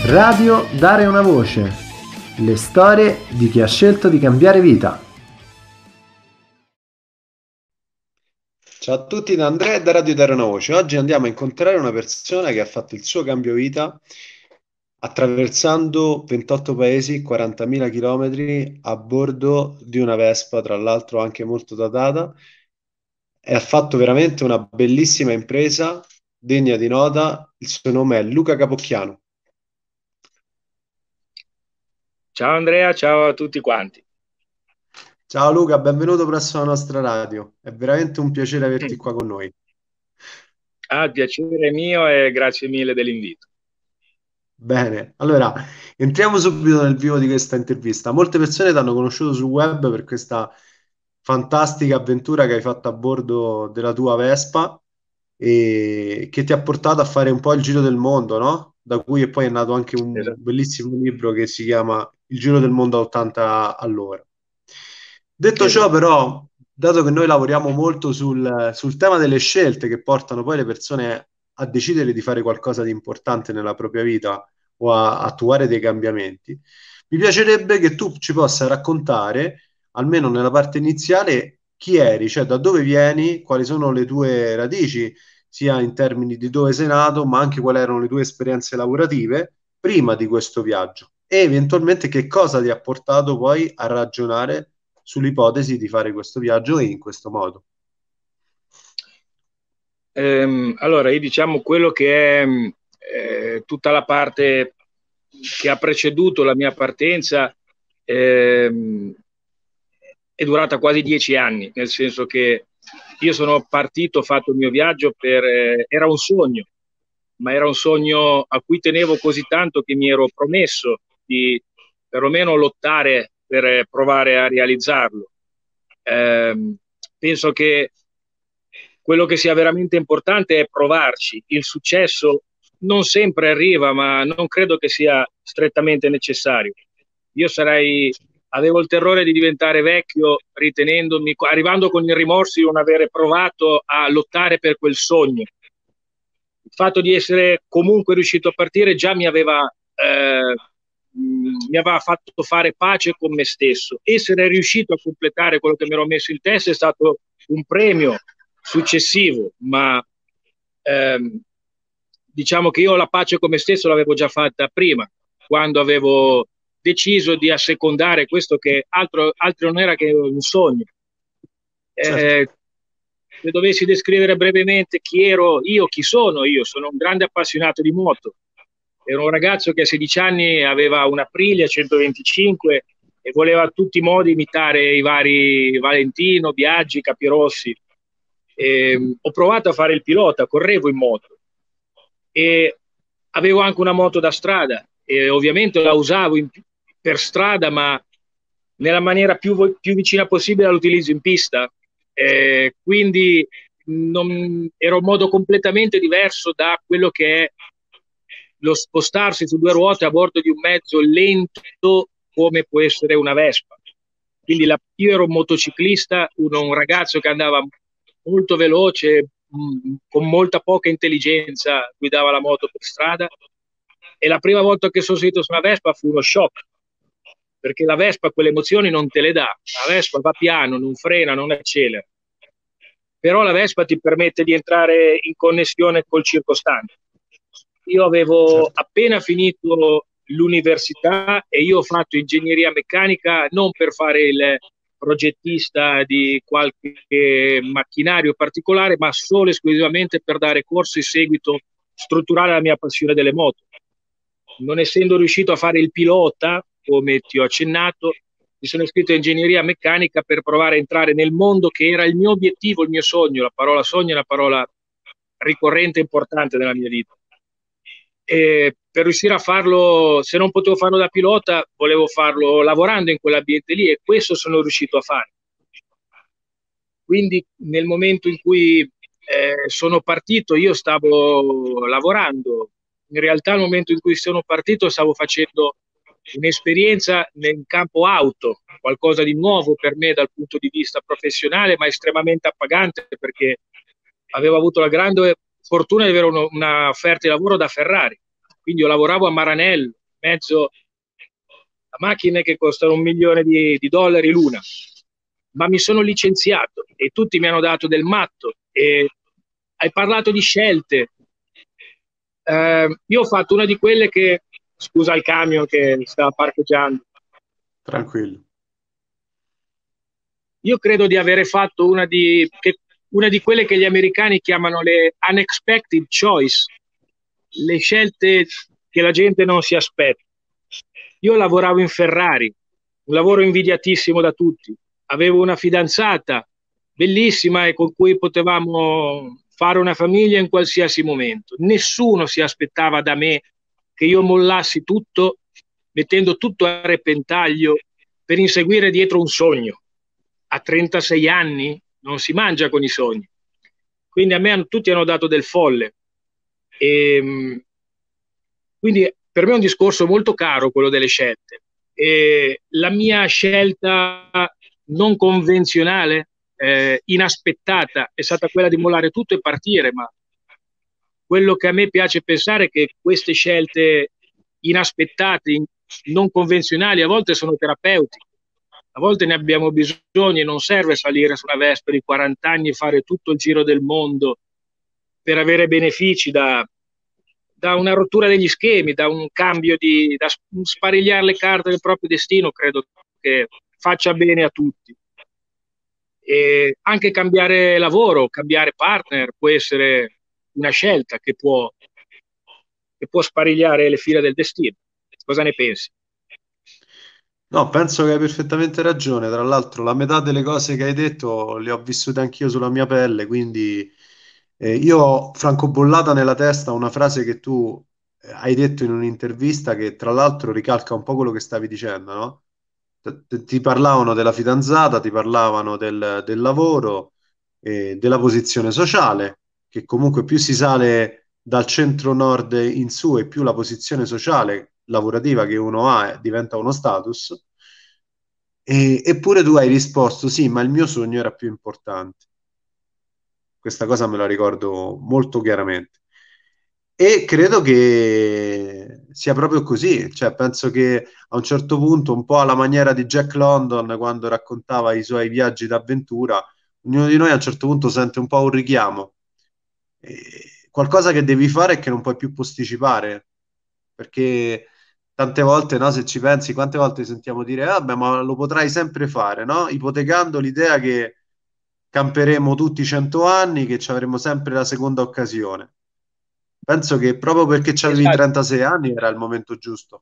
Radio Dare una voce. Le storie di chi ha scelto di cambiare vita. Ciao a tutti da Andrea e da Radio Dare una voce. Oggi andiamo a incontrare una persona che ha fatto il suo cambio vita attraversando 28 paesi, 40.000 chilometri a bordo di una Vespa, tra l'altro anche molto datata, e ha fatto veramente una bellissima impresa degna di nota. Il suo nome è Luca Capocchiano. Ciao Andrea, ciao a tutti quanti. Ciao Luca, benvenuto presso la nostra radio. È veramente un piacere averti qua con noi. Il piacere è mio e grazie mille dell'invito. Bene, allora entriamo subito nel vivo di questa intervista. Molte persone ti hanno conosciuto sul web per questa fantastica avventura che hai fatto a bordo della tua Vespa e che ti ha portato a fare un po' il giro del mondo, no? Da cui poi è nato anche un Esatto. bellissimo libro che si chiama Il giro del mondo a 80 all'ora. Detto ciò, Esatto. però, dato che noi lavoriamo molto sul tema delle scelte che portano poi le persone a decidere di fare qualcosa di importante nella propria vita o a attuare dei cambiamenti, mi piacerebbe che tu ci possa raccontare, almeno nella parte iniziale, chi eri, cioè da dove vieni, quali sono le tue radici, sia in termini di dove sei nato, ma anche quali erano le tue esperienze lavorative prima di questo viaggio e eventualmente che cosa ti ha portato poi a ragionare sull'ipotesi di fare questo viaggio e in questo modo. Allora, io diciamo quello che è tutta la parte che ha preceduto la mia partenza è durata quasi 10 anni, nel senso che io sono partito, ho fatto il mio viaggio era un sogno, ma era un sogno a cui tenevo così tanto che mi ero promesso di perlomeno lottare per provare a realizzarlo. Penso che quello che sia veramente importante è provarci. Il successo non sempre arriva, ma non credo che sia strettamente necessario. Io avevo il terrore di diventare vecchio ritenendomi, arrivando con il rimorso di non avere provato a lottare per quel sogno. Il fatto di essere comunque riuscito a partire già mi aveva fatto fare pace con me stesso. Essere riuscito a completare quello che mi ero messo in testa è stato un premio successivo, ma diciamo che io la pace con me stesso l'avevo già fatta prima, quando avevo deciso di assecondare questo che altro non era che un sogno. Certo. Se dovessi descrivere brevemente chi ero io, chi sono io, sono un grande appassionato di moto. Ero un ragazzo che a 16 anni aveva una Aprilia 125 e voleva a tutti i modi imitare i vari Valentino, Biaggi, Capirossi. Ho provato a fare il pilota, correvo in moto e avevo anche una moto da strada e ovviamente la usavo per strada, ma nella maniera più vicina possibile all'utilizzo in pista. Quindi era un modo completamente diverso da quello che è lo spostarsi su due ruote a bordo di un mezzo lento come può essere una Vespa. Quindi io ero un motociclista, un ragazzo che andava molto veloce, con molta poca intelligenza, guidava la moto per strada e la prima volta che sono salito su una Vespa fu uno shock, perché la Vespa quelle emozioni non te le dà. La Vespa va piano, non frena, non accelera. Però la Vespa ti permette di entrare in connessione col circostante. Io avevo appena finito l'università e io ho fatto ingegneria meccanica non per fare il progettista di qualche macchinario particolare, ma solo e esclusivamente per dare corso e seguito strutturale alla mia passione delle moto. Non essendo riuscito a fare il pilota, come ti ho accennato, mi sono iscritto a ingegneria meccanica per provare a entrare nel mondo che era il mio obiettivo, il mio sogno. La parola sogno è una parola ricorrente e importante nella mia vita. E per riuscire a farlo, se non potevo farlo da pilota, volevo farlo lavorando in quell'ambiente lì e questo sono riuscito a fare. Quindi nel momento in cui sono partito, io stavo lavorando. In realtà nel momento in cui sono partito stavo facendo un'esperienza nel campo auto, qualcosa di nuovo per me dal punto di vista professionale, ma estremamente appagante perché avevo avuto la grande fortuna di avere una offerta di lavoro da Ferrari. Quindi io lavoravo a Maranello, mezzo a macchine che costano $1 milione di dollari l'una, ma mi sono licenziato e tutti mi hanno dato del matto. E hai parlato di scelte. Io ho fatto una di quelle che, scusa il camion che sta parcheggiando, Tranquillo. io credo di avere fatto una di quelle che gli americani chiamano le unexpected choice, le scelte che la gente non si aspetta. Io lavoravo in Ferrari, un lavoro invidiatissimo da tutti. Avevo una fidanzata bellissima e con cui potevamo fare una famiglia in qualsiasi momento. Nessuno si aspettava da me che io mollassi tutto, mettendo tutto a repentaglio per inseguire dietro un sogno. A 36 anni non si mangia con i sogni. Quindi a me tutti hanno dato del folle. Quindi per me è un discorso molto caro quello delle scelte. La mia scelta non convenzionale, inaspettata, è stata quella di mollare tutto e partire, ma quello che a me piace pensare è che queste scelte inaspettate, non convenzionali, a volte sono terapeutiche. A volte ne abbiamo bisogno e non serve salire su una Vespa di 40 anni e fare tutto il giro del mondo per avere benefici da una rottura degli schemi, da un cambio da sparigliare le carte del proprio destino. Credo che faccia bene a tutti. E anche cambiare lavoro, cambiare partner può essere una scelta che può sparigliare le fila del destino. Cosa ne pensi? No, penso che hai perfettamente ragione. Tra l'altro, la metà delle cose che hai detto le ho vissute anch'io sulla mia pelle, quindi io ho francobollata nella testa una frase che tu hai detto in un'intervista che tra l'altro ricalca un po' quello che stavi dicendo, no? Ti parlavano della fidanzata, ti parlavano del lavoro, della posizione sociale, che comunque più si sale dal centro-nord in su e più la posizione sociale lavorativa che uno ha diventa uno status. Eppure tu hai risposto sì, ma il mio sogno era più importante. Questa cosa me la ricordo molto chiaramente. E credo che sia proprio così, cioè penso che a un certo punto, un po' alla maniera di Jack London quando raccontava i suoi viaggi d'avventura, ognuno di noi a un certo punto sente un po' un richiamo. Qualcosa che devi fare e che non puoi più posticipare, perché tante volte, no, se ci pensi, quante volte sentiamo dire, vabbè, ma lo potrai sempre fare, no? Ipotecando l'idea che camperemo tutti 100 anni, che ci avremo sempre la seconda occasione. Penso che proprio perché avevi Esatto. 36 anni era il momento giusto.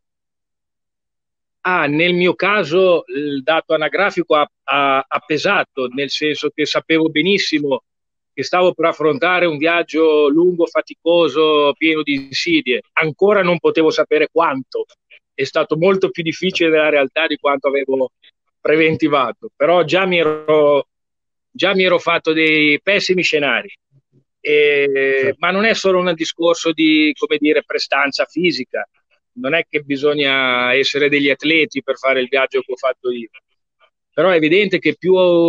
Nel mio caso il dato anagrafico ha pesato, nel senso che sapevo benissimo che stavo per affrontare un viaggio lungo, faticoso, pieno di insidie. Ancora non potevo sapere quanto. È stato molto più difficile della realtà di quanto avevo preventivato, però già mi ero fatto dei pessimi scenari. Certo. Ma non è solo un discorso di, come dire, prestanza fisica, non è che bisogna essere degli atleti per fare il viaggio che ho fatto io, però è evidente che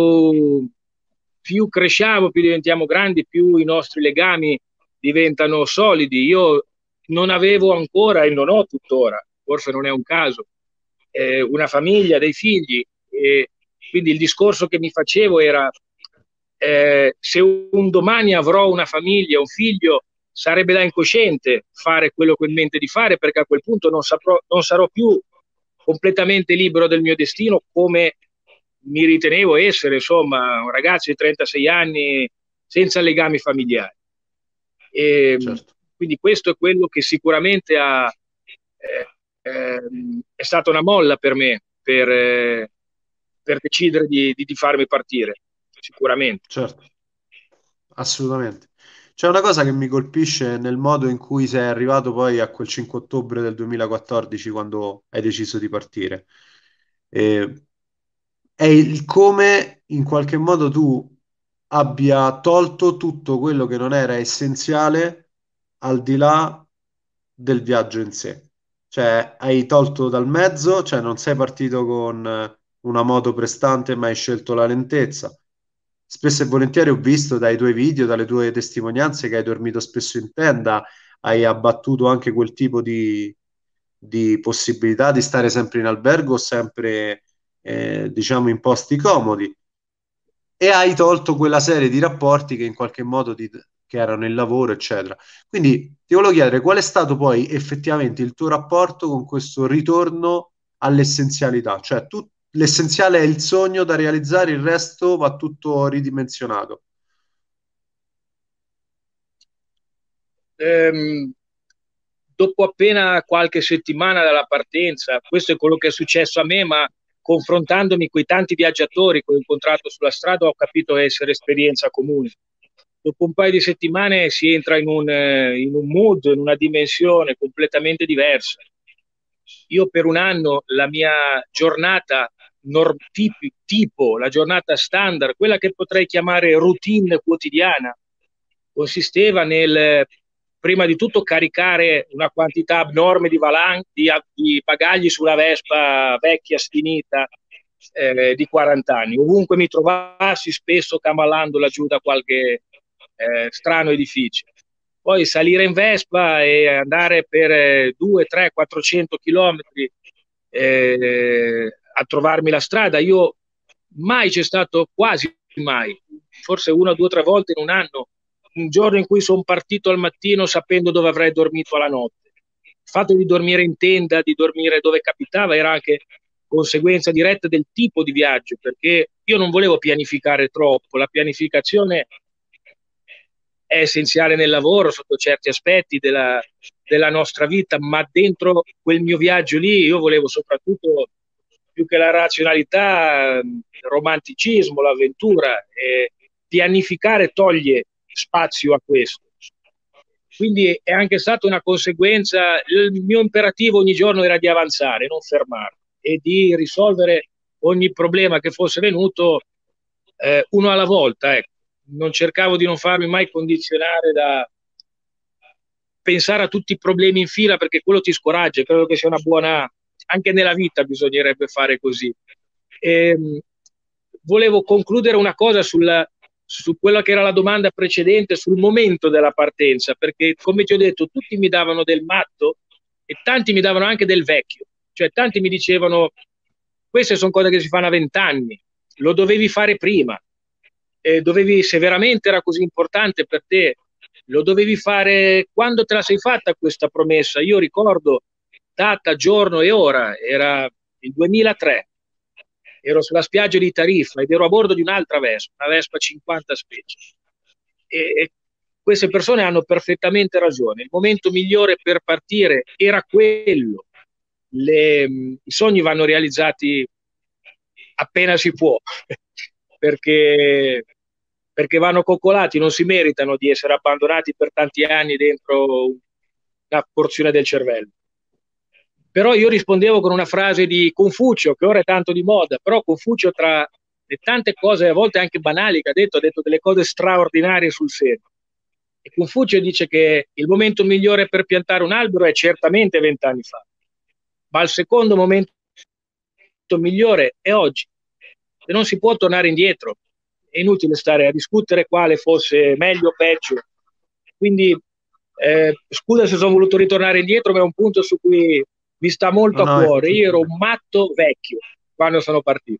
più cresciamo, più diventiamo grandi, più i nostri legami diventano solidi. Io non avevo ancora e non ho tuttora, forse non è un caso, una famiglia, dei figli, e quindi il discorso che mi facevo era se un domani avrò una famiglia, un figlio, sarebbe da incosciente fare quello che ho in mente di fare, perché a quel punto non sarò più completamente libero del mio destino come mi ritenevo essere, insomma, un ragazzo di 36 anni senza legami familiari. Certo. Quindi questo è quello che sicuramente è stata una molla per me per decidere di farmi partire, sicuramente. Certo, assolutamente. C'è una cosa che mi colpisce nel modo in cui sei arrivato poi a quel 5 ottobre del 2014 quando hai deciso di partire. Eh, è il come in qualche modo tu abbia tolto tutto quello che non era essenziale al di là del viaggio in sé. Cioè, hai tolto dal mezzo, cioè non sei partito con una moto prestante, ma hai scelto la lentezza. Spesso e volentieri ho visto dai tuoi video, dalle tue testimonianze che hai dormito spesso in tenda, hai abbattuto anche quel tipo di possibilità di stare sempre in albergo o sempre, diciamo, in posti comodi, e hai tolto quella serie di rapporti che in qualche modo che erano il lavoro, eccetera. Quindi ti volevo chiedere qual è stato poi effettivamente il tuo rapporto con questo ritorno all'essenzialità, cioè l'essenziale è il sogno da realizzare, il resto va tutto ridimensionato. Ehm, Dopo appena qualche settimana dalla partenza, questo è quello che è successo a me, ma confrontandomi con i tanti viaggiatori che ho incontrato sulla strada ho capito essere esperienza comune. Dopo un paio di settimane si entra in un mood, in una dimensione completamente diversa. Io per un anno la mia giornata tipo, la giornata standard, quella che potrei chiamare routine quotidiana, consisteva nel prima di tutto caricare una quantità abnorme di bagagli su una Vespa vecchia, sfinita, di 40 anni. Ovunque mi trovassi, spesso camallando laggiù da qualche strano edificio. Poi salire in Vespa e andare per 2, 3, 400 chilometri a trovarmi la strada. Io mai c'è stato, quasi mai, forse una, due, tre volte in un anno, un giorno in cui sono partito al mattino sapendo dove avrei dormito la notte. Il fatto di dormire in tenda, di dormire dove capitava, era anche conseguenza diretta del tipo di viaggio, perché io non volevo pianificare troppo. La pianificazione è essenziale nel lavoro sotto certi aspetti della nostra vita, ma dentro quel mio viaggio lì io volevo soprattutto, più che la razionalità, il romanticismo, l'avventura, e pianificare toglie spazio a questo. Quindi è anche stata una conseguenza, il mio imperativo ogni giorno era di avanzare, non fermarmi, e di risolvere ogni problema che fosse venuto uno alla volta. Ecco. Non cercavo di non farmi mai condizionare da pensare a tutti i problemi in fila, perché quello ti scoraggia. Credo che sia una buona, anche nella vita bisognerebbe fare così. E, volevo concludere una cosa su quella che era la domanda precedente, sul momento della partenza, perché come ti ho detto tutti mi davano del matto e tanti mi davano anche del vecchio, cioè tanti mi dicevano queste sono cose che si fanno a 20 anni, lo dovevi fare prima, se veramente era così importante per te, lo dovevi fare quando te la sei fatta questa promessa. Io ricordo data, giorno e ora, era il 2003, ero sulla spiaggia di Tariffa ed ero a bordo di un'altra Vespa, una Vespa 50 specie. E queste persone hanno perfettamente ragione. Il momento migliore per partire era quello. I sogni vanno realizzati appena si può, perché, perché vanno coccolati, non si meritano di essere abbandonati per tanti anni dentro una porzione del cervello. Però io rispondevo con una frase di Confucio, che ora è tanto di moda, però Confucio tra le tante cose, a volte anche banali che ha detto delle cose straordinarie sul serio. E Confucio dice che il momento migliore per piantare un albero è certamente 20 anni fa, ma il secondo momento migliore è oggi. E non si può tornare indietro. È inutile stare a discutere quale fosse meglio o peggio. Quindi, scusa se sono voluto ritornare indietro, ma è un punto su cui mi sta molto a cuore. Io ero un matto vecchio quando sono partito.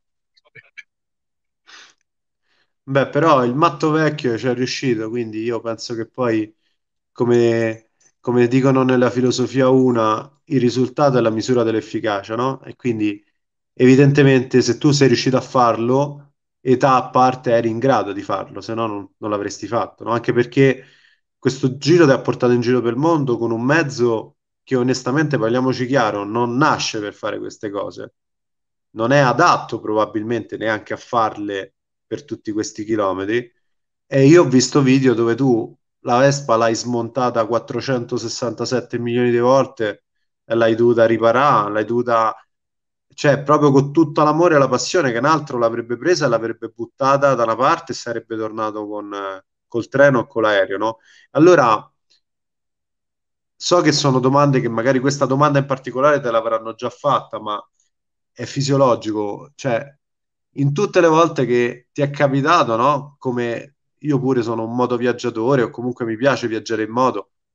Beh, però il matto vecchio ci è riuscito, quindi io penso che poi, come dicono nella filosofia una, il risultato è la misura dell'efficacia, no? E quindi evidentemente se tu sei riuscito a farlo, età a parte eri in grado di farlo, se no non l'avresti fatto, no? Anche perché questo giro ti ha portato in giro per il mondo con un mezzo che onestamente, parliamoci chiaro, non nasce per fare queste cose. Non è adatto probabilmente neanche a farle per tutti questi chilometri. E io ho visto video dove tu la Vespa l'hai smontata 467 milioni di volte e l'hai dovuta riparare, l'hai dovuta, cioè proprio con tutto l'amore e la passione, che un altro l'avrebbe presa e l'avrebbe buttata da una parte e sarebbe tornato col treno o con l'aereo, no? Allora, so che sono domande che magari questa domanda in particolare te l'avranno già fatta, ma è fisiologico, cioè in tutte le volte che ti è capitato, no? Come io pure sono un moto viaggiatore o comunque mi piace viaggiare in moto,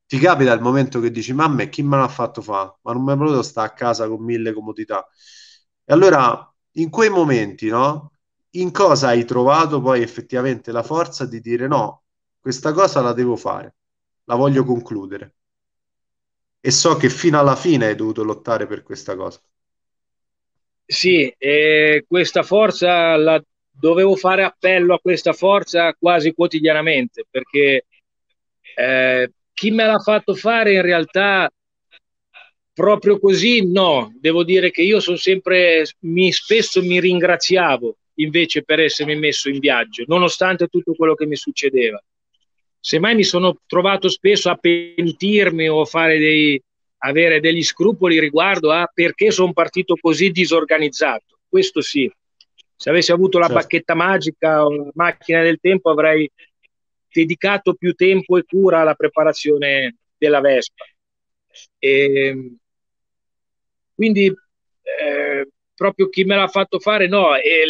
ti capita il momento che dici, mamma, chi me l'ha fatto fare? Ma non mi potevo stare a casa con mille comodità. E allora, in quei momenti, no? In cosa hai trovato poi effettivamente la forza di dire no, questa cosa la devo fare, la voglio concludere. E so che fino alla fine hai dovuto lottare per questa cosa. Sì, e questa forza dovevo fare appello a questa forza quasi quotidianamente, perché chi me l'ha fatto fare in realtà proprio così no, devo dire che io sono sempre, spesso mi ringraziavo invece per essermi messo in viaggio, nonostante tutto quello che mi succedeva. Semmai mi sono trovato spesso a pentirmi o avere degli scrupoli riguardo a perché sono partito così disorganizzato. Questo sì, se avessi avuto la Certo, bacchetta magica o la macchina del tempo avrei dedicato più tempo e cura alla preparazione della Vespa. E quindi proprio chi me l'ha fatto fare, no, e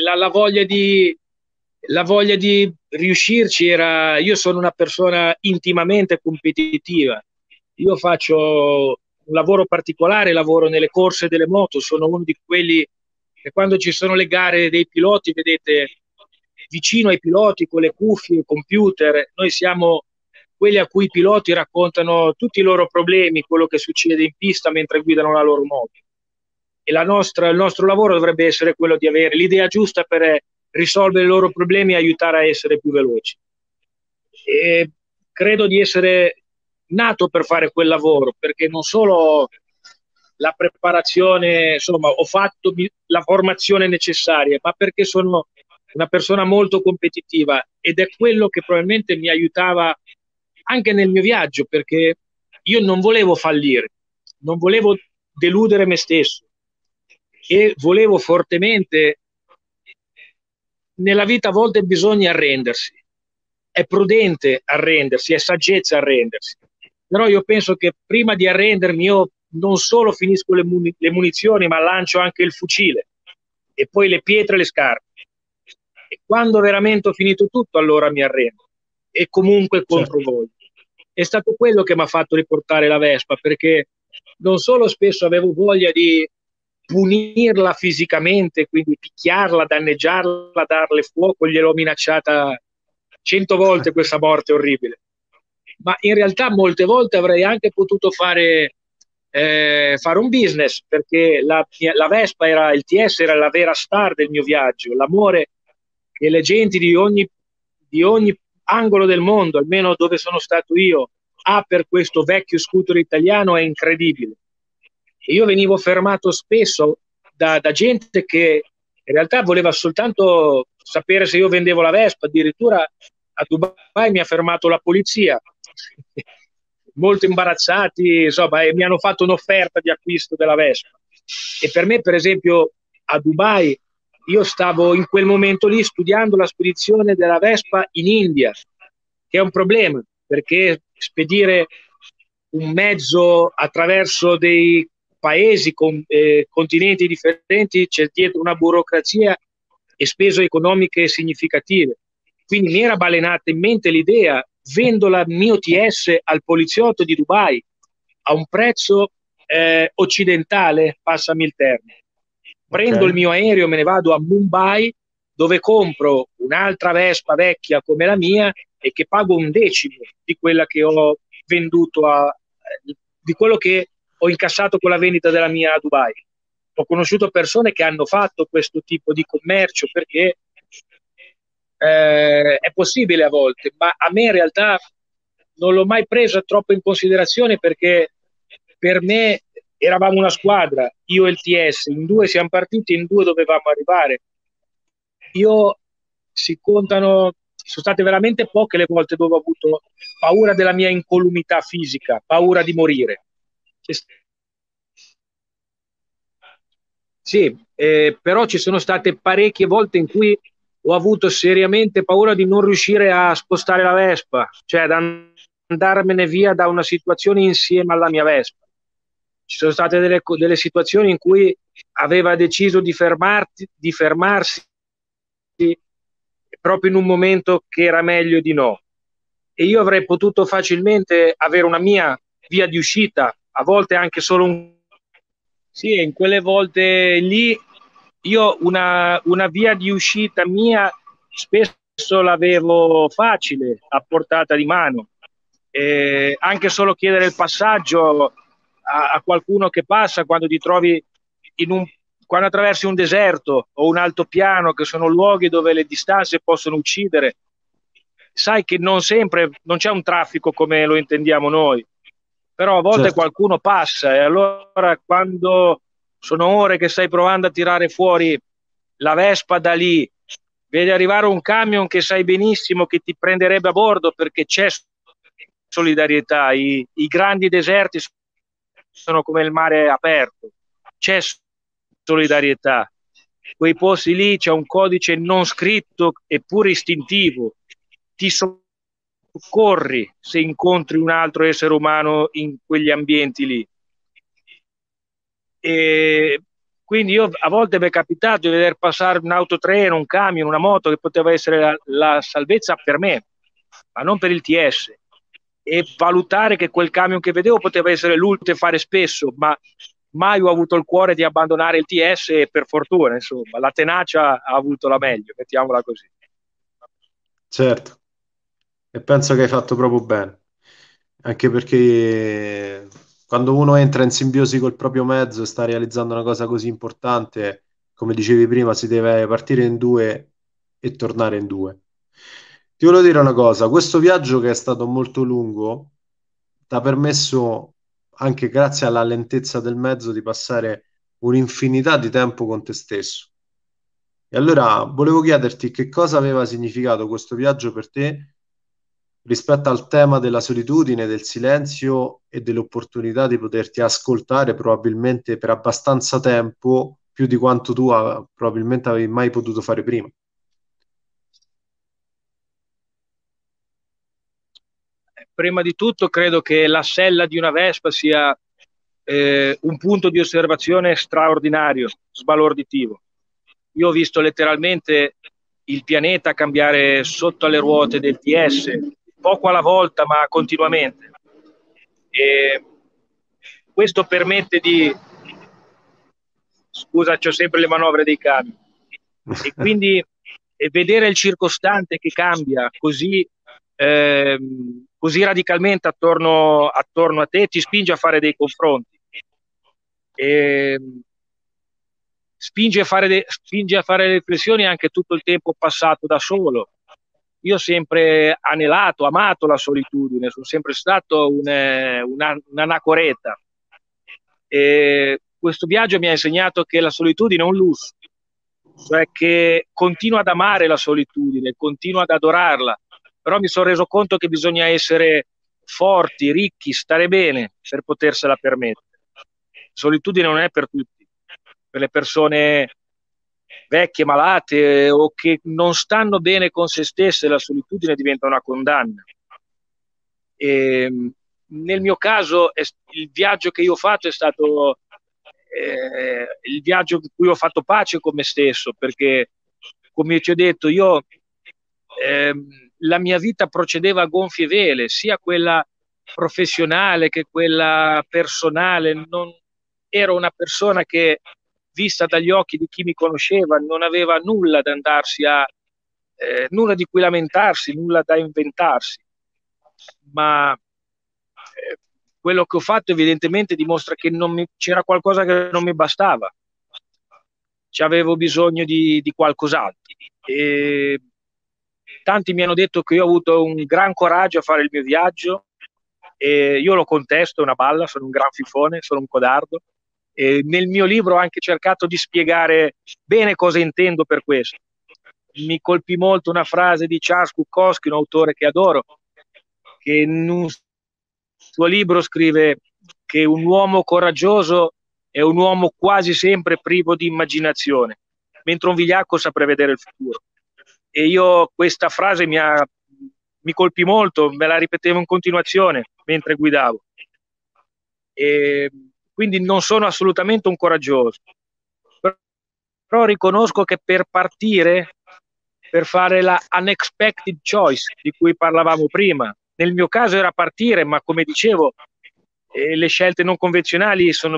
la voglia di riuscirci era, io sono una persona intimamente competitiva, io faccio un lavoro particolare, lavoro nelle corse delle moto, sono uno di quelli che quando ci sono le gare dei piloti, vedete vicino ai piloti con le cuffie, il computer, noi siamo quelli a cui i piloti raccontano tutti i loro problemi, quello che succede in pista mentre guidano la loro moto. E il nostro lavoro dovrebbe essere quello di avere l'idea giusta per risolvere i loro problemi e aiutare a essere più veloci. E credo di essere nato per fare quel lavoro, perché non solo la preparazione, insomma, ho fatto la formazione necessaria, ma perché sono una persona molto competitiva ed è quello che probabilmente mi aiutava anche nel mio viaggio, perché io non volevo fallire, non volevo deludere me stesso e volevo fortemente, nella vita a volte bisogna arrendersi, è prudente arrendersi, è saggezza arrendersi, però io penso che prima di arrendermi io non solo finisco le munizioni, ma lancio anche il fucile e poi le pietre e le scarpe. E quando veramente ho finito tutto, allora mi arrendo. E comunque contro certo. voi. È stato quello che mi ha fatto riportare la Vespa, perché non solo spesso avevo voglia di punirla fisicamente, quindi picchiarla, danneggiarla, darle fuoco, gliel'ho minacciata 100 volte questa morte orribile. Ma in realtà molte volte avrei anche potuto fare un business, perché la Vespa era, il TS era la vera star del mio viaggio, l'amore che le genti di ogni angolo del mondo, almeno dove sono stato io, ha per questo vecchio scooter italiano è incredibile. E io venivo fermato spesso da gente che in realtà voleva soltanto sapere se io vendevo la Vespa, addirittura a Dubai mi ha fermato la polizia molto imbarazzati, insomma, e mi hanno fatto un'offerta di acquisto della Vespa. E per me, per esempio, a Dubai, io stavo in quel momento lì studiando la spedizione della Vespa in India, che è un problema, perché spedire un mezzo attraverso dei paesi con continenti differenti c'è dietro una burocrazia e spese economiche significative. Quindi mi era balenata in mente l'idea, vendo la mio TS al poliziotto di Dubai a un prezzo occidentale, passami il termine. Ok, Prendo il mio aereo, me ne vado a Mumbai, dove compro un'altra Vespa vecchia come la mia e che pago un decimo di quella che ho venduto di quello che ho incassato con la vendita della mia a Dubai. Ho conosciuto persone che hanno fatto questo tipo di commercio perché è possibile a volte, ma a me in realtà non l'ho mai presa troppo in considerazione perché per me eravamo una squadra, io e il TS, in due siamo partiti, in due dovevamo arrivare. Io sono state veramente poche le volte dove ho avuto paura della mia incolumità fisica, paura di morire. Sì, però ci sono state parecchie volte in cui ho avuto seriamente paura di non riuscire a spostare la Vespa, cioè ad andarmene via da una situazione insieme alla mia Vespa. Ci sono state delle situazioni in cui aveva deciso di fermarsi proprio in un momento che era meglio di no. e io avrei potuto facilmente avere una mia via di uscita, a volte anche solo un... Sì, in quelle volte lì io una via di uscita mia spesso l'avevo facile, a portata di mano. Anche solo chiedere il passaggio a qualcuno che passa quando ti trovi quando attraversi un deserto o un altopiano, che sono luoghi dove le distanze possono uccidere. Sai che non sempre non c'è un traffico come lo intendiamo noi, però a volte Certo. qualcuno passa, e allora quando sono ore che stai provando a tirare fuori la Vespa da lì, vedi arrivare un camion che sai benissimo che ti prenderebbe a bordo, perché c'è solidarietà. I grandi deserti sono come il mare aperto, c'è solidarietà. Quei posti lì c'è un codice non scritto eppure istintivo, ti soccorri se incontri un altro essere umano in quegli ambienti lì. E quindi io a volte mi è capitato di vedere passare un autotreno, un camion, una moto che poteva essere la salvezza per me, ma non per il TS, e valutare che quel camion che vedevo poteva essere l'ultimo, fare spesso, ma mai ho avuto il cuore di abbandonare il TS, e per fortuna, insomma, la tenacia ha avuto la meglio, mettiamola così. Certo, e penso che hai fatto proprio bene, anche perché quando uno entra in simbiosi col proprio mezzo e sta realizzando una cosa così importante, come dicevi prima, si deve partire in due e tornare in due. Ti volevo dire una cosa, questo viaggio che è stato molto lungo ti ha permesso, anche grazie alla lentezza del mezzo, di passare un'infinità di tempo con te stesso. E allora volevo chiederti che cosa aveva significato questo viaggio per te rispetto al tema della solitudine, del silenzio e dell'opportunità di poterti ascoltare probabilmente per abbastanza tempo, più di quanto tu probabilmente avevi mai potuto fare prima. Prima di tutto credo che la sella di una Vespa sia un punto di osservazione straordinario, sbalorditivo. Io ho visto letteralmente il pianeta cambiare sotto alle ruote del TS, poco alla volta ma continuamente. E questo permette di... Scusa, c'ho sempre le manovre dei camion. E quindi vedere il circostante che cambia così radicalmente attorno a te ti spinge a fare dei confronti. E spinge a fare riflessioni anche tutto il tempo passato da solo. Io ho sempre anelato, amato la solitudine, sono sempre stato un'anacoreta. E questo viaggio mi ha insegnato che la solitudine è un lusso, cioè che continuo ad amare la solitudine, continuo ad adorarla, però mi sono reso conto che bisogna essere forti, ricchi, stare bene per potersela permettere. La solitudine non è per tutti, per le persone vecchie, malate o che non stanno bene con se stesse, la solitudine diventa una condanna. E nel mio caso il viaggio che io ho fatto è stato il viaggio in cui ho fatto pace con me stesso, perché come ti ho detto io la mia vita procedeva a gonfie vele, sia quella professionale che quella personale. Non ero una persona che, vista dagli occhi di chi mi conosceva, non aveva nulla da andarsi a nulla di cui lamentarsi, nulla da inventarsi, ma quello che ho fatto evidentemente dimostra che c'era qualcosa che non mi bastava, c'avevo bisogno di qualcos'altro. E tanti mi hanno detto che io ho avuto un gran coraggio a fare il mio viaggio, e io lo contesto, è una balla, sono un gran fifone, sono un codardo. E nel mio libro ho anche cercato di spiegare bene cosa intendo per questo. Mi colpì molto una frase di Charles Bukowski, un autore che adoro, che in un suo libro scrive che un uomo coraggioso è un uomo quasi sempre privo di immaginazione, mentre un vigliacco sa prevedere il futuro. E io questa frase mi colpì molto, me la ripetevo in continuazione mentre guidavo. E quindi non sono assolutamente un coraggioso, però riconosco che per partire, per fare la unexpected choice di cui parlavamo prima, nel mio caso era partire, ma come dicevo, le scelte non convenzionali sono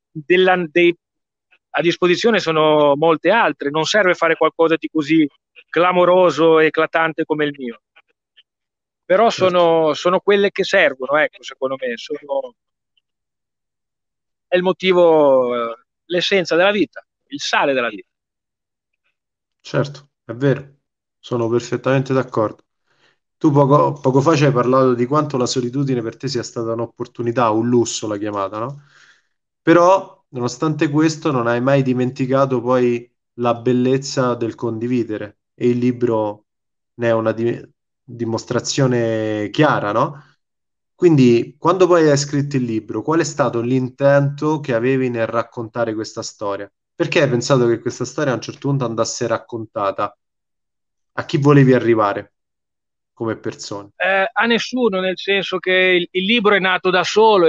a disposizione sono molte altre, non serve fare qualcosa di così clamoroso e eclatante come il mio. Però sono quelle che servono, ecco, secondo me, è il motivo, l'essenza della vita, il sale della vita. Certo, è vero, sono perfettamente d'accordo. Tu poco fa ci hai parlato di quanto la solitudine per te sia stata un'opportunità, un lusso, la chiamata, no? Però, nonostante questo, non hai mai dimenticato poi la bellezza del condividere e il libro ne è una dimostrazione chiara, no? Quindi, quando poi hai scritto il libro, qual è stato l'intento che avevi nel raccontare questa storia? Perché hai pensato che questa storia a un certo punto andasse raccontata? A chi volevi arrivare come persona? A nessuno, nel senso che il libro è nato da solo,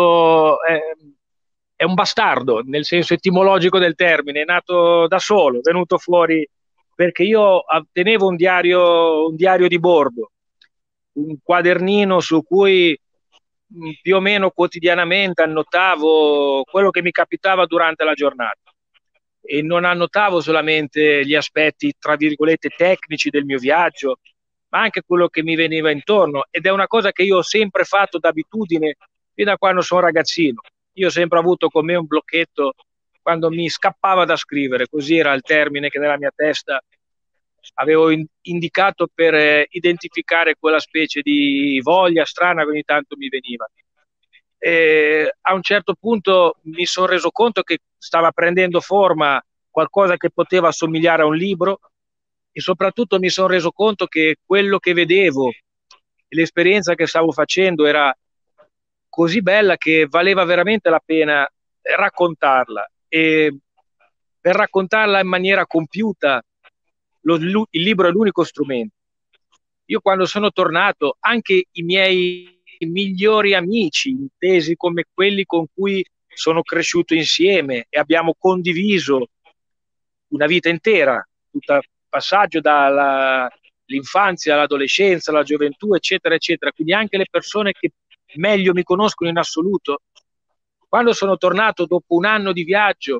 è un bastardo, nel senso etimologico del termine, è nato da solo, è venuto fuori perché io tenevo un diario di bordo, un quadernino su cui più o meno quotidianamente annotavo quello che mi capitava durante la giornata e non annotavo solamente gli aspetti, tra virgolette, tecnici del mio viaggio, ma anche quello che mi veniva intorno. Ed è una cosa che io ho sempre fatto d'abitudine fino a quando sono ragazzino. Io ho sempre avuto con me un blocchetto quando mi scappava da scrivere, così era il termine che nella mia testa avevo indicato per identificare quella specie di voglia strana che ogni tanto mi veniva. E a un certo punto mi sono reso conto che stava prendendo forma qualcosa che poteva assomigliare a un libro e soprattutto mi sono reso conto che quello che vedevo, l'esperienza che stavo facendo era così bella che valeva veramente la pena raccontarla e per raccontarla in maniera compiuta il libro è l'unico strumento. Io quando sono tornato, anche i miei migliori amici, intesi come quelli con cui sono cresciuto insieme e abbiamo condiviso una vita intera, tutto il passaggio dall'infanzia all'adolescenza, alla gioventù, eccetera, eccetera. Quindi anche le persone che meglio mi conoscono in assoluto, quando sono tornato dopo un anno di viaggio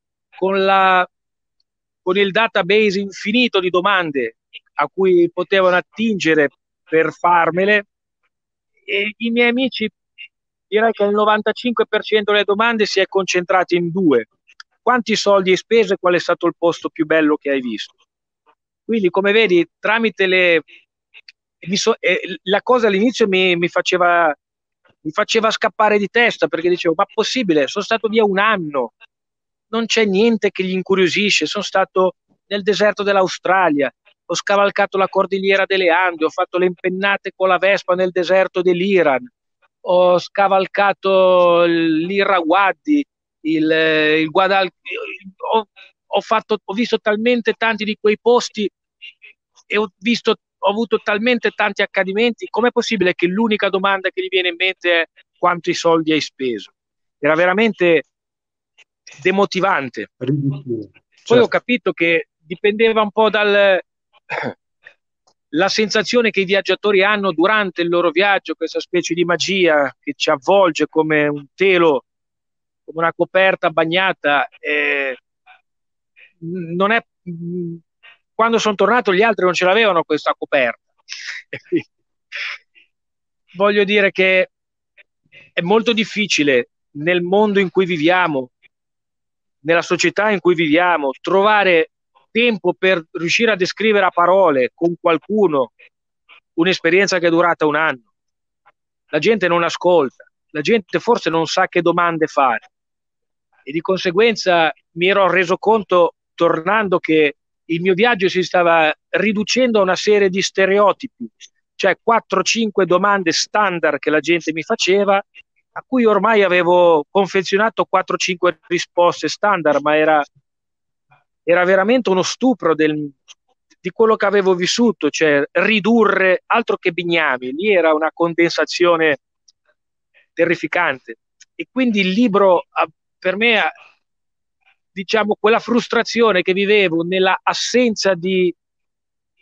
con il database infinito di domande a cui potevano attingere per farmele, e i miei amici direi che il 95% delle domande si è concentrato in due: quanti soldi hai speso e qual è stato il posto più bello che hai visto. Quindi come vedi tramite la cosa all'inizio mi faceva scappare di testa perché dicevo ma possibile, sono stato via un anno, non c'è niente che gli incuriosisce, sono stato nel deserto dell'Australia, ho scavalcato la cordigliera delle Ande, ho fatto le impennate con la Vespa nel deserto dell'Iran, ho scavalcato l'Irrawaddy, il Guadalquivir, ho visto talmente tanti di quei posti e ho avuto talmente tanti accadimenti. Com'è possibile che l'unica domanda che gli viene in mente è quanti soldi hai speso? Era veramente demotivante. Poi ho Certo. capito che dipendeva un po' dalla sensazione che i viaggiatori hanno durante il loro viaggio, questa specie di magia che ci avvolge come un telo, come una coperta bagnata. Non è, quando sono tornato gli altri non ce l'avevano questa coperta. Voglio dire che è molto difficile nel mondo in cui viviamo, nella società in cui viviamo, trovare tempo per riuscire a descrivere a parole con qualcuno un'esperienza che è durata un anno. La gente non ascolta, la gente forse non sa che domande fare e di conseguenza mi ero reso conto tornando che il mio viaggio si stava riducendo a una serie di stereotipi, cioè 4-5 domande standard che la gente mi faceva, a cui ormai avevo confezionato 4-5 risposte standard, ma era veramente uno stupro di quello che avevo vissuto, cioè ridurre, altro che Bignami, lì era una condensazione terrificante. E quindi il libro per me, diciamo, quella frustrazione che vivevo nella assenza di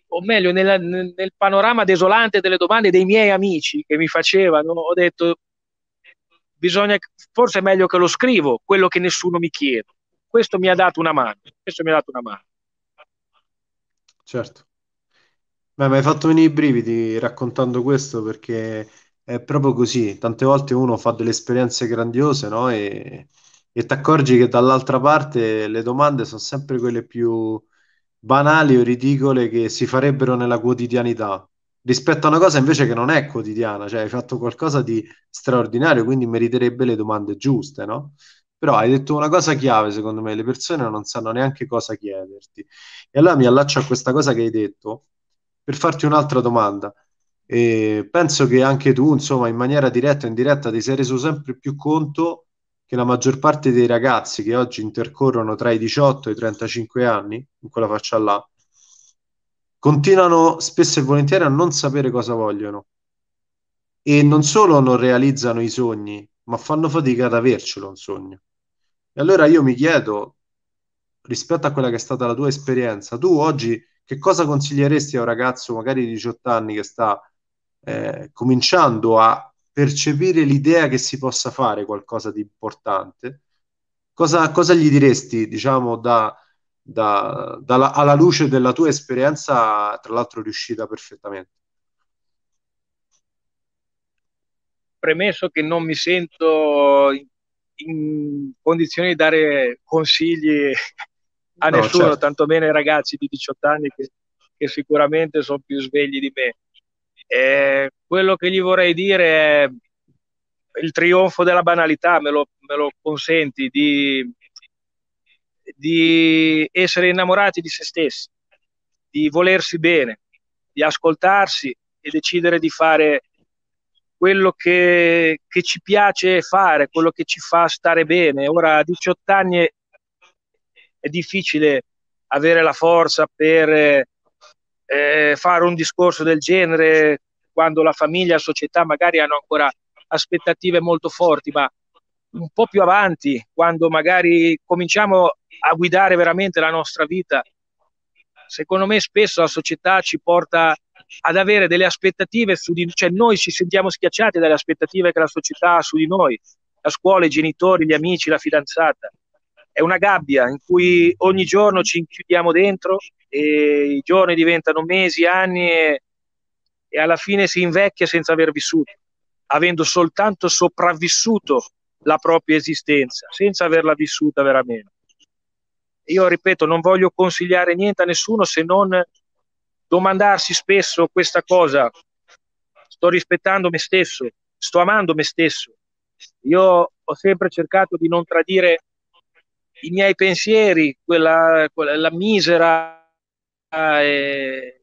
o meglio nel panorama desolante delle domande dei miei amici che mi facevano, ho detto forse è meglio che lo scrivo, quello che nessuno mi chiede. Questo mi ha dato una mano. Questo mi ha dato una mano. Certo. Beh, mi hai fatto venire i brividi raccontando questo perché è proprio così. Tante volte uno fa delle esperienze grandiose, no? E ti accorgi che dall'altra parte le domande sono sempre quelle più banali o ridicole che si farebbero nella quotidianità, rispetto a una cosa invece che non è quotidiana, cioè hai fatto qualcosa di straordinario, quindi meriterebbe le domande giuste, no? Però hai detto una cosa chiave, secondo me, le persone non sanno neanche cosa chiederti. E allora mi allaccio a questa cosa che hai detto per farti un'altra domanda. E penso che anche tu, insomma, in maniera diretta o indiretta, ti sei reso sempre più conto che la maggior parte dei ragazzi che oggi intercorrono tra i 18 e i 35 anni, in quella faccia là, continuano spesso e volentieri a non sapere cosa vogliono e non solo non realizzano i sogni, ma fanno fatica ad avercelo un sogno. E allora io mi chiedo, rispetto a quella che è stata la tua esperienza, tu oggi che cosa consiglieresti a un ragazzo magari di 18 anni che sta cominciando a percepire l'idea che si possa fare qualcosa di importante? Cosa gli diresti, diciamo, alla luce della tua esperienza, tra l'altro riuscita perfettamente? Premesso che non mi sento in condizioni di dare consigli a No, nessuno, certo. tantomeno ai ragazzi di 18 anni che sicuramente sono più svegli di me. Quello che gli vorrei dire è il trionfo della banalità, me lo consenti, di essere innamorati di se stessi, di volersi bene, di ascoltarsi e decidere di fare quello che ci piace fare, quello che ci fa stare bene. Ora a 18 anni è difficile avere la forza per fare un discorso del genere quando la famiglia e la società magari hanno ancora aspettative molto forti, ma un po' più avanti, quando magari cominciamo a guidare veramente la nostra vita, secondo me spesso la società ci porta ad avere delle aspettative su di cioè noi ci sentiamo schiacciati dalle aspettative che la società ha su di noi, la scuola, i genitori, gli amici, la fidanzata. È una gabbia in cui ogni giorno ci inchiudiamo dentro e i giorni diventano mesi, anni e alla fine si invecchia senza aver vissuto, avendo soltanto sopravvissuto la propria esistenza, senza averla vissuta veramente. Io ripeto, non voglio consigliare niente a nessuno se non domandarsi spesso questa cosa: sto rispettando me stesso, sto amando me stesso. Io ho sempre cercato di non tradire i miei pensieri, la misera e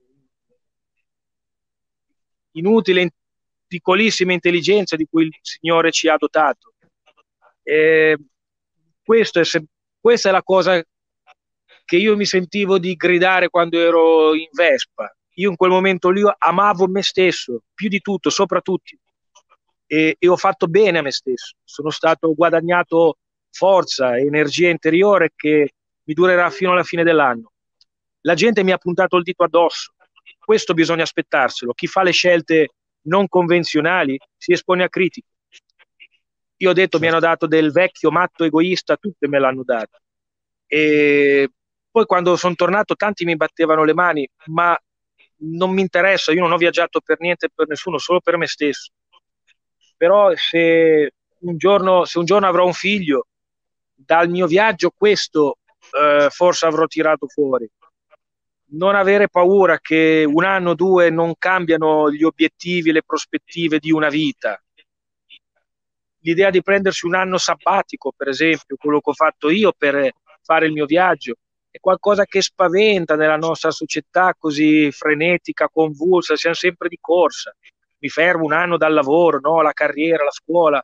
inutile, piccolissima intelligenza di cui il Signore ci ha dotato. E questo è questa è la cosa che io mi sentivo di gridare quando ero in Vespa. Io in quel momento lì amavo me stesso, più di tutto, sopra tutti, e ho fatto bene a me stesso. Ho guadagnato forza, energia interiore che mi durerà fino alla fine dell'anno. La gente mi ha puntato il dito addosso. Questo bisogna aspettarselo. Chi fa le scelte non convenzionali si espone a critiche. Io ho detto, mi hanno Certo. dato del vecchio matto egoista, tutte me l'hanno dato. E poi quando sono tornato tanti mi battevano le mani, ma non mi interessa, io non ho viaggiato per niente e per nessuno, solo per me stesso. Però se un giorno avrò un figlio, dal mio viaggio questo forse avrò tirato fuori. Non avere paura che un anno o due non cambiano gli obiettivi, le prospettive di una vita. L'idea di prendersi un anno sabbatico, per esempio, quello che ho fatto io per fare il mio viaggio, è qualcosa che spaventa nella nostra società così frenetica, convulsa, siamo sempre di corsa. Mi fermo un anno dal lavoro, no? La carriera, la scuola.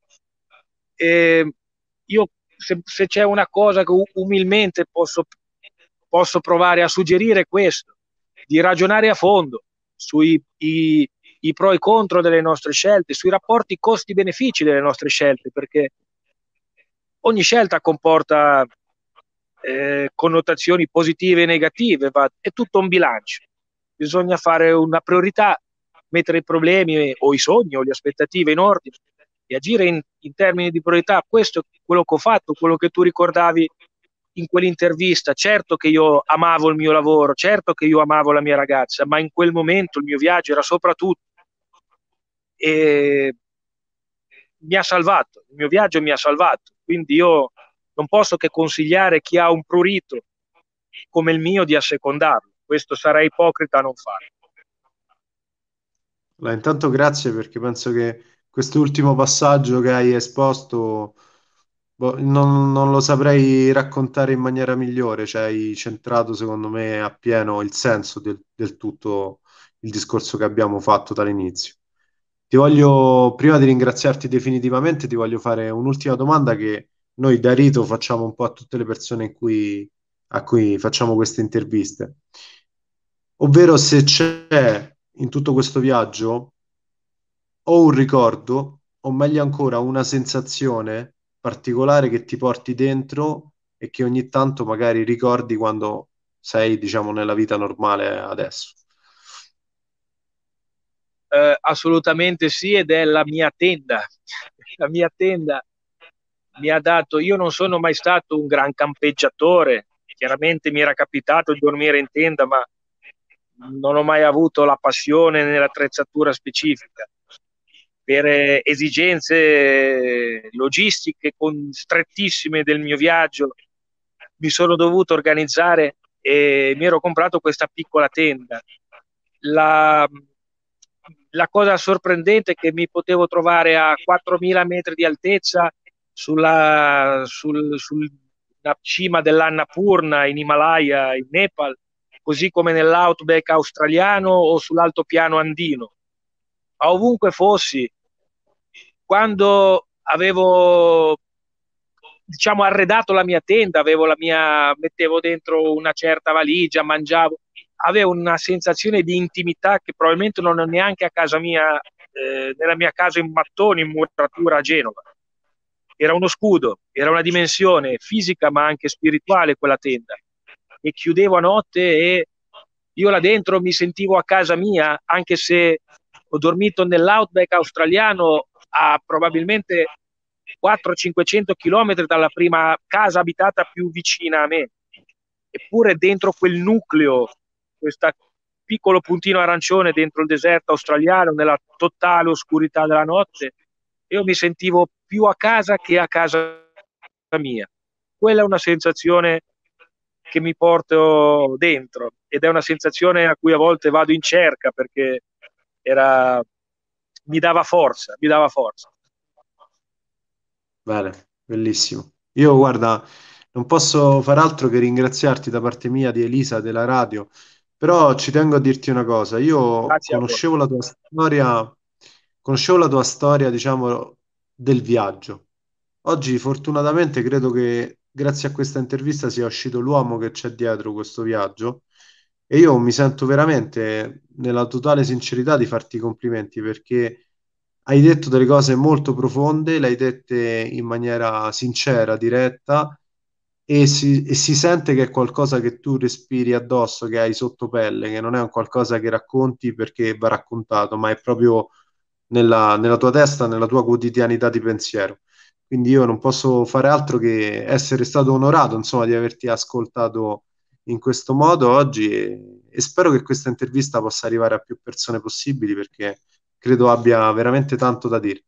E io, se c'è una cosa che umilmente posso provare a suggerire, è questo, di ragionare a fondo sui i pro e i contro delle nostre scelte, sui rapporti costi-benefici delle nostre scelte, perché ogni scelta comporta connotazioni positive e negative, è tutto un bilancio. bisogna fare una priorità, mettere i problemi o i sogni o le aspettative in ordine e agire in termini di priorità. Questo è quello che ho fatto, quello che tu ricordavi in quell'intervista. Certo che io amavo il mio lavoro, certo che io amavo la mia ragazza, ma in quel momento il mio viaggio era soprattutto, e mi ha salvato, il mio viaggio mi ha salvato, quindi io non posso che consigliare chi ha un prurito come il mio di assecondarlo, questo sarei ipocrita a non farlo. Allora, intanto grazie, perché penso che quest'ultimo passaggio che hai esposto, non lo saprei raccontare in maniera migliore, cioè hai centrato secondo me appieno il senso del tutto il discorso che abbiamo fatto dall'inizio. Prima di ringraziarti definitivamente, ti voglio fare un'ultima domanda che noi da rito facciamo un po' a tutte le persone a cui facciamo queste interviste. Ovvero, se c'è in tutto questo viaggio o un ricordo, o meglio ancora una sensazione particolare che ti porti dentro e che ogni tanto magari ricordi quando sei, diciamo, nella vita normale adesso. Assolutamente sì, ed è la mia tenda. La mia tenda mi ha dato, io non sono mai stato un gran campeggiatore, chiaramente mi era capitato di dormire in tenda, ma non ho mai avuto la passione nell'attrezzatura specifica. Per esigenze logistiche strettissime del mio viaggio mi sono dovuto organizzare e mi ero comprato questa piccola tenda. La cosa sorprendente è che mi potevo trovare a 4.000 metri di altezza sulla cima dell'Annapurna in Himalaya, in Nepal, così come nell'outback australiano o sull'altopiano andino. Ma ovunque fossi, quando avevo, diciamo, arredato la mia tenda, mettevo dentro una certa valigia, mangiavo, avevo una sensazione di intimità che probabilmente non ho neanche a casa mia, nella mia casa in mattoni, in muratura a Genova. Era uno scudo, era una dimensione fisica ma anche spirituale quella tenda. E chiudevo a notte e io là dentro mi sentivo a casa mia, anche se ho dormito nell'outback australiano a probabilmente 400-500 km dalla prima casa abitata più vicina a me. Eppure dentro quel nucleo, questo piccolo puntino arancione dentro il deserto australiano, nella totale oscurità della notte, io mi sentivo più a casa che a casa mia. Quella è una sensazione che mi porto dentro ed è una sensazione a cui a volte vado in cerca, perché mi dava forza. Bene, bellissimo. Io, guarda, non posso far altro che ringraziarti da parte mia, di Elisa, della radio, però ci tengo a dirti una cosa. Io Grazie a voi. conoscevo la tua storia, diciamo, del viaggio. Oggi, fortunatamente, credo che grazie a questa intervista sia uscito l'uomo che c'è dietro questo viaggio, e io mi sento veramente, nella totale sincerità, di farti i complimenti, perché hai detto delle cose molto profonde, le hai dette in maniera sincera, diretta, e si sente che è qualcosa che tu respiri addosso, che hai sotto pelle, che non è un qualcosa che racconti perché va raccontato, ma è proprio nella tua testa, nella tua quotidianità di pensiero. Quindi io non posso fare altro che essere stato onorato, insomma, di averti ascoltato in questo modo oggi, e spero che questa intervista possa arrivare a più persone possibili, perché credo abbia veramente tanto da dire.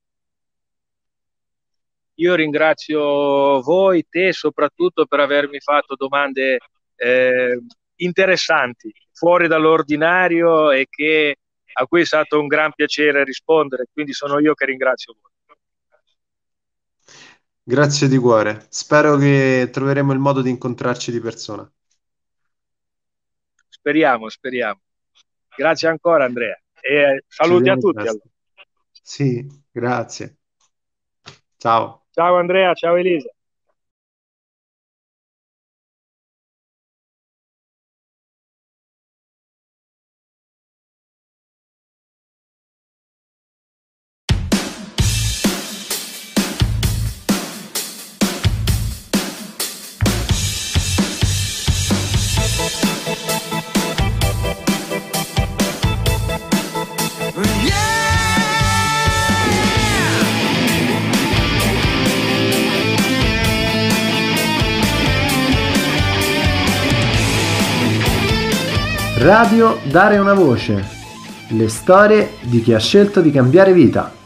Io ringrazio voi, te soprattutto, per avermi fatto domande interessanti, fuori dall'ordinario, e a cui è stato un gran piacere rispondere, quindi sono io che ringrazio voi. Grazie di cuore. Spero che troveremo il modo di incontrarci di persona. Speriamo. Grazie ancora, Andrea, e Ci saluti a vediamo tutti. presto. Sì, grazie. Ciao. Ciao Andrea, ciao Elisa. Radio Dare una voce. Le storie di chi ha scelto di cambiare vita.